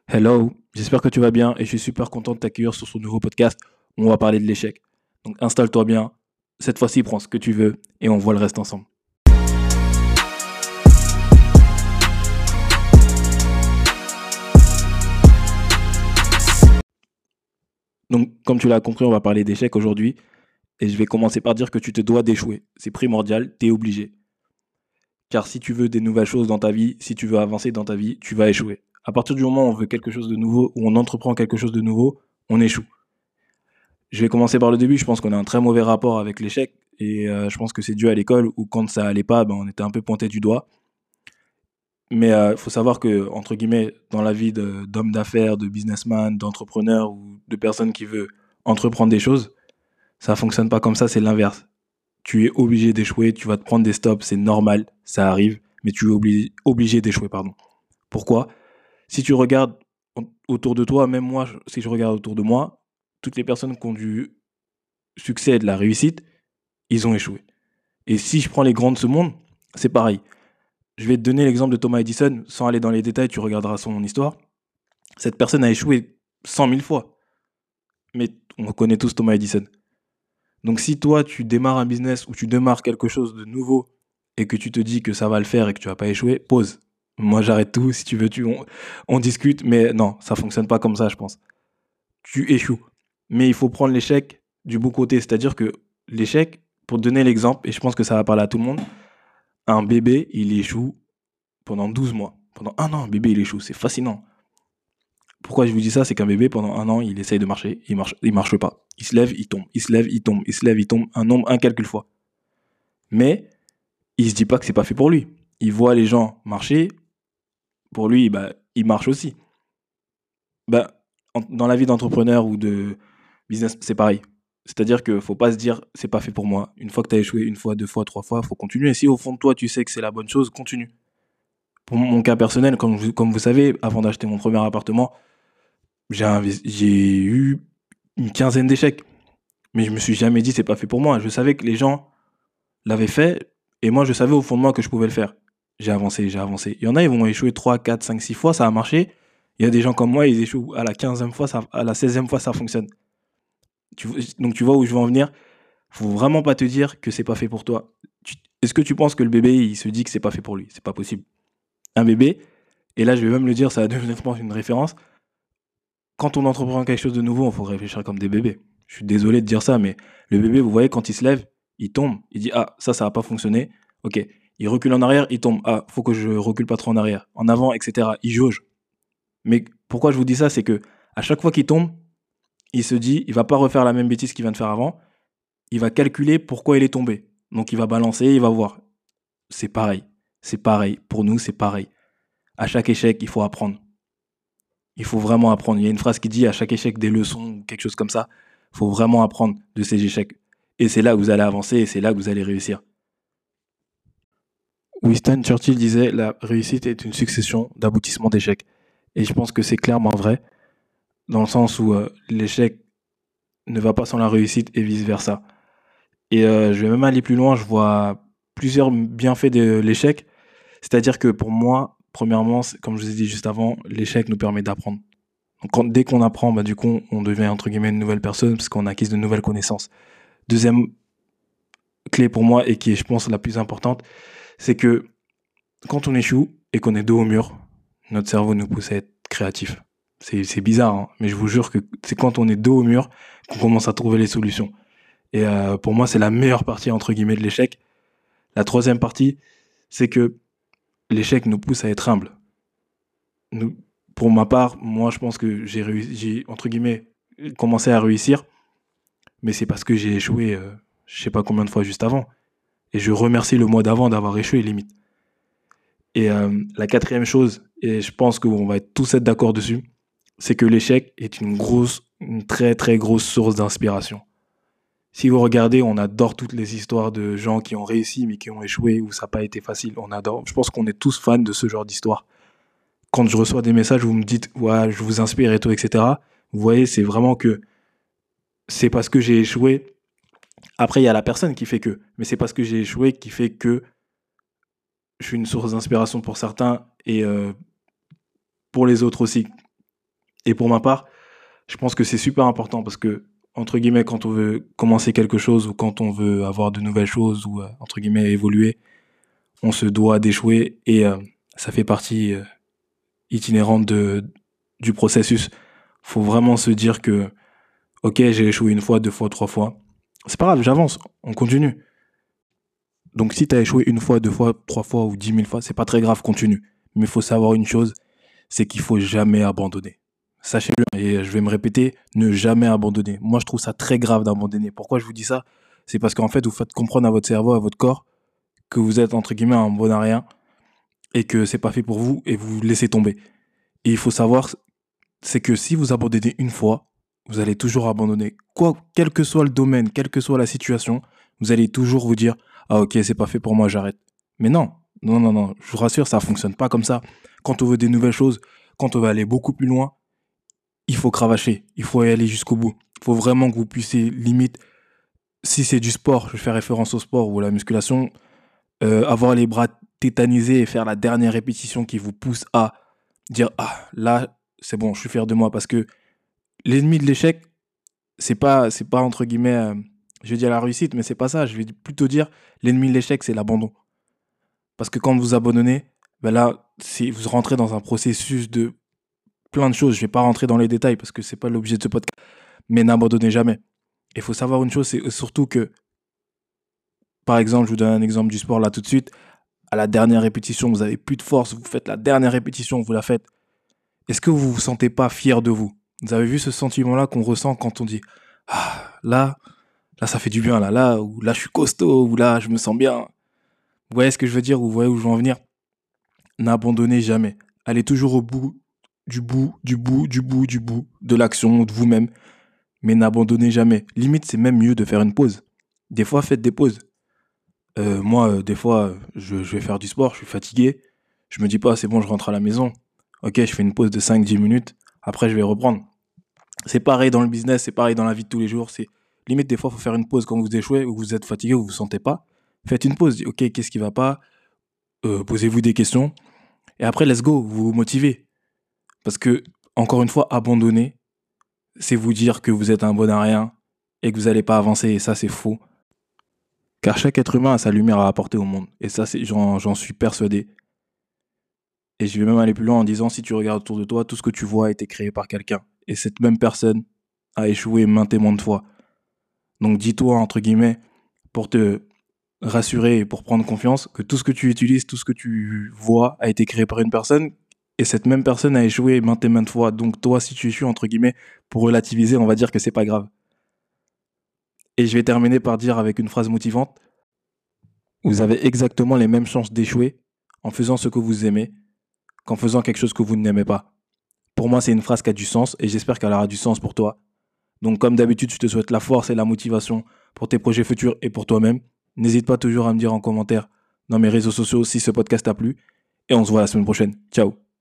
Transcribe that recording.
Hello, j'espère que tu vas bien et je suis super content de t'accueillir sur ce nouveau podcast où on va parler de l'échec. Donc installe-toi bien, cette fois-ci prends ce que tu veux et on voit le reste ensemble. Donc comme tu l'as compris, on va parler d'échecs aujourd'hui et je vais commencer par dire que tu te dois d'échouer. C'est primordial, t'es obligé. Car si tu veux des nouvelles choses dans ta vie, si tu veux avancer dans ta vie, tu vas échouer. À partir du moment où on veut quelque chose de nouveau, où on entreprend quelque chose de nouveau, on échoue. Je vais commencer par le début. Je pense qu'on a un très mauvais rapport avec l'échec. Et je pense que c'est dû à l'école où quand ça allait pas, ben, on était un peu pointé du doigt. Mais il faut savoir que, entre guillemets, dans la vie d'homme d'affaires, de businessman, d'entrepreneur ou de personne qui veut entreprendre des choses, ça fonctionne pas comme ça, c'est l'inverse. Tu es obligé d'échouer, tu vas te prendre des stops, c'est normal, ça arrive, mais tu es obligé d'échouer, pardon. Pourquoi? Si tu regardes autour de toi, même moi, si je regarde autour de moi, toutes les personnes qui ont du succès et de la réussite, ils ont échoué. Et si je prends les grands de ce monde, c'est pareil. Je vais te donner l'exemple de Thomas Edison, sans aller dans les détails, tu regarderas son histoire. Cette personne a échoué 100 000 fois, mais on connaît tous Thomas Edison. Donc si toi, tu démarres un business ou tu démarres quelque chose de nouveau et que tu te dis que ça va le faire et que tu vas pas échouer, pause. Moi, j'arrête tout. Si tu veux, on discute, mais non, ça fonctionne pas comme ça, je pense. Tu échoues. Mais il faut prendre l'échec du bon côté, c'est-à-dire que l'échec, pour te donner l'exemple, et je pense que ça va parler à tout le monde, un bébé, il échoue pendant 12 mois. Pendant un an, un bébé, il échoue. C'est fascinant. Pourquoi je vous dis ça? C'est qu'un bébé, pendant un an, il essaye de marcher. Il marche pas. Il se lève, il tombe. Il se lève, il tombe. Il se lève, il tombe. Un nombre incalculable fois. Mais il se dit pas que c'est pas fait pour lui. Il voit les gens marcher. Pour lui, bah, il marche aussi. Bah, dans la vie d'entrepreneur ou de business, c'est pareil. C'est-à-dire qu'il faut pas se dire c'est pas fait pour moi. Une fois que tu as échoué une fois, deux fois, trois fois, il faut continuer. Et si au fond de toi tu sais que c'est la bonne chose, continue. Pour mon cas personnel, comme vous savez, avant d'acheter mon premier appartement, j'ai eu une quinzaine d'échecs. Mais je me suis jamais dit c'est pas fait pour moi. Je savais que les gens l'avaient fait et moi je savais au fond de moi que je pouvais le faire. J'ai avancé, j'ai avancé. Il y en a, ils vont échouer 3, 4, 5, 6 fois, ça a marché. Il y a des gens comme moi, ils échouent à la 15e fois, à la 16e fois, ça fonctionne. Donc tu vois où je veux en venir. Faut vraiment pas te dire que c'est pas fait pour toi. Est-ce que tu penses que le bébé, il se dit que c'est pas fait pour lui? C'est pas possible. Un bébé, et là je vais même le dire, ça va devenir une référence. Quand on entreprend quelque chose de nouveau, il faut réfléchir comme des bébés. Je suis désolé de dire ça, mais le bébé, vous voyez, quand il se lève, il tombe, il dit ah ça va pas fonctionner. Ok, il recule en arrière, il tombe. Ah, faut que je recule pas trop en arrière, en avant, etc. Il jauge. Mais pourquoi je vous dis ça, c'est que à chaque fois qu'il tombe, il se dit, il va pas refaire la même bêtise qu'il vient de faire avant. Il va calculer pourquoi il est tombé. Donc il va balancer, il va voir. C'est pareil. C'est pareil. Pour nous, c'est pareil. À chaque échec, il faut apprendre. Il faut vraiment apprendre. Il y a une phrase qui dit à chaque échec des leçons ou quelque chose comme ça. Il faut vraiment apprendre de ces échecs. Et c'est là que vous allez avancer et c'est là que vous allez réussir. Winston Churchill disait la réussite est une succession d'aboutissements d'échecs. Et je pense que c'est clairement vrai, dans le sens où l'échec ne va pas sans la réussite et vice-versa. Et je vais même aller plus loin, je vois plusieurs bienfaits de l'échec. C'est-à-dire que pour moi, premièrement, comme je vous ai dit juste avant, l'échec nous permet d'apprendre. Donc dès qu'on apprend, bah, du coup, on devient entre guillemets une nouvelle personne parce qu'on acquise de nouvelles connaissances. Deuxième clé pour moi et qui est, je pense, la plus importante, c'est que quand on échoue et qu'on est dos au mur, notre cerveau nous pousse à être créatif. C'est bizarre, hein, mais je vous jure que c'est quand on est dos au mur qu'on commence à trouver les solutions. Et pour moi, c'est la meilleure partie entre guillemets de l'échec. La troisième partie, c'est que l'échec nous pousse à être humble. Nous, pour ma part, moi, je pense que j'ai entre guillemets commencé à réussir, mais c'est parce que j'ai échoué, je sais pas combien de fois juste avant. Et je remercie le mois d'avant d'avoir échoué, limite. Et la quatrième chose, et je pense qu'on va être tous être d'accord dessus, c'est que l'échec est une très très grosse source d'inspiration. Si vous regardez, on adore toutes les histoires de gens qui ont réussi mais qui ont échoué ou ça n'a pas été facile. On adore. Je pense qu'on est tous fans de ce genre d'histoire. Quand je reçois des messages où vous me dites ouais, je vous inspire et tout, etc. Vous voyez, c'est vraiment que c'est parce que j'ai échoué. Après, il y a la personne qui fait que, mais c'est parce que j'ai échoué qui fait que je suis une source d'inspiration pour certains et pour les autres aussi. Et pour ma part, je pense que c'est super important parce que, entre guillemets, quand on veut commencer quelque chose ou quand on veut avoir de nouvelles choses ou, entre guillemets, évoluer, on se doit d'échouer et ça fait partie itinérante du processus. Faut vraiment se dire que, ok, j'ai échoué une fois, deux fois, trois fois. C'est pas grave, j'avance, on continue. Donc si t'as échoué une fois, deux fois, trois fois ou 10 000 fois, c'est pas très grave, continue. Mais il faut savoir une chose, c'est qu'il faut jamais abandonner. Sachez-le, et je vais me répéter, ne jamais abandonner. Moi, je trouve ça très grave d'abandonner. Pourquoi je vous dis ça? C'est parce qu'en fait, vous faites comprendre à votre cerveau, à votre corps, que vous êtes, entre guillemets, un bon à rien et que c'est pas fait pour vous et vous laissez tomber. Et il faut savoir, c'est que si vous abandonnez une fois, vous allez toujours abandonner. Quoi, quel que soit le domaine, quelle que soit la situation, vous allez toujours vous dire, ah ok, c'est pas fait pour moi, j'arrête. Mais non, non, non, non, je vous rassure, ça fonctionne pas comme ça. Quand on veut des nouvelles choses, quand on veut aller beaucoup plus loin, il faut cravacher, il faut y aller jusqu'au bout. Il faut vraiment que vous puissiez, limite, si c'est du sport, je fais référence au sport ou à la musculation, avoir les bras tétanisés et faire la dernière répétition qui vous pousse à dire, ah là, c'est bon, je suis fier de moi parce que l'ennemi de l'échec, c'est pas entre guillemets, je vais dire la réussite, mais c'est pas ça. Je vais plutôt dire l'ennemi de l'échec, c'est l'abandon. Parce que quand vous abandonnez, ben là, vous rentrez dans un processus de plein de choses. Je vais pas rentrer dans les détails parce que c'est pas l'objet de ce podcast. Mais n'abandonnez jamais. Il faut savoir une chose, c'est surtout que, par exemple, je vous donne un exemple du sport là tout de suite. À la dernière répétition, vous avez plus de force, vous faites la dernière répétition, vous la faites. Est-ce que vous vous sentez pas fier de vous? Vous avez vu ce sentiment-là qu'on ressent quand on dit, ah, là, ça fait du bien, ou là, je suis costaud, ou là, je me sens bien. Vous voyez ce que je veux dire, ou vous voyez où je veux en venir? N'abandonnez jamais. Allez toujours au bout, du bout de l'action, de vous-même, mais n'abandonnez jamais. Limite, c'est même mieux de faire une pause. Des fois, faites des pauses. Moi, des fois, je vais faire du sport, je suis fatigué. Je me dis pas, c'est bon, je rentre à la maison. Ok, je fais une pause de 5-10 minutes. Après, je vais reprendre. C'est pareil dans le business, c'est pareil dans la vie de tous les jours. C'est limite des fois, il faut faire une pause quand vous échouez ou vous êtes fatigué ou vous vous sentez pas. Faites une pause. Ok, qu'est-ce qui va pas? Posez-vous des questions et après, let's go. Vous vous motivez parce que encore une fois, abandonner, c'est vous dire que vous êtes un bon à rien et que vous n'allez pas avancer. Et ça, c'est faux. Car chaque être humain a sa lumière à apporter au monde. Et ça, j'en suis persuadé. Et je vais même aller plus loin en disant, si tu regardes autour de toi, tout ce que tu vois a été créé par quelqu'un. Et cette même personne a échoué maintes et maintes fois. Donc dis-toi, entre guillemets, pour te rassurer et pour prendre confiance, que tout ce que tu utilises, tout ce que tu vois a été créé par une personne, et cette même personne a échoué maintes et maintes fois. Donc toi, si tu échoues, entre guillemets, pour relativiser, on va dire que c'est pas grave. Et je vais terminer par dire avec une phrase motivante, vous avez exactement les mêmes chances d'échouer en faisant ce que vous aimez qu'en faisant quelque chose que vous n'aimez pas. Pour moi, c'est une phrase qui a du sens et j'espère qu'elle aura du sens pour toi. Donc, comme d'habitude, je te souhaite la force et la motivation pour tes projets futurs et pour toi-même. N'hésite pas toujours à me dire en commentaire dans mes réseaux sociaux si ce podcast t'a plu. Et on se voit la semaine prochaine. Ciao.